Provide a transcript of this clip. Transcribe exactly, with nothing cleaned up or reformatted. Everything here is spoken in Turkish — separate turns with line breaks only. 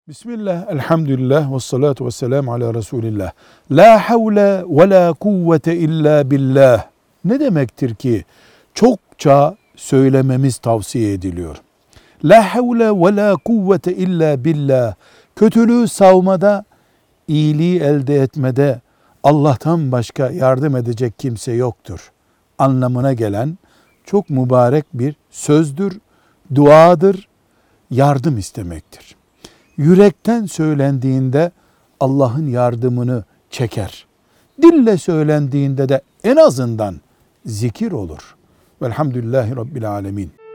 Bismillah, elhamdülillah, ve salatu ve selamu ala Resulillah. La havle ve la kuvvete illa billah. Ne demektir ki? Çokça söylememiz tavsiye ediliyor. La havle ve la kuvvete illa billah. Kötülüğü savmada, iyiliği elde etmede Allah'tan başka yardım edecek kimse yoktur anlamına gelen çok mübarek bir sözdür, duadır, yardım istemektir. Yürekten söylendiğinde Allah'ın yardımını çeker. Dille söylendiğinde de en azından zikir olur. Velhamdülillahi Rabbil alemin.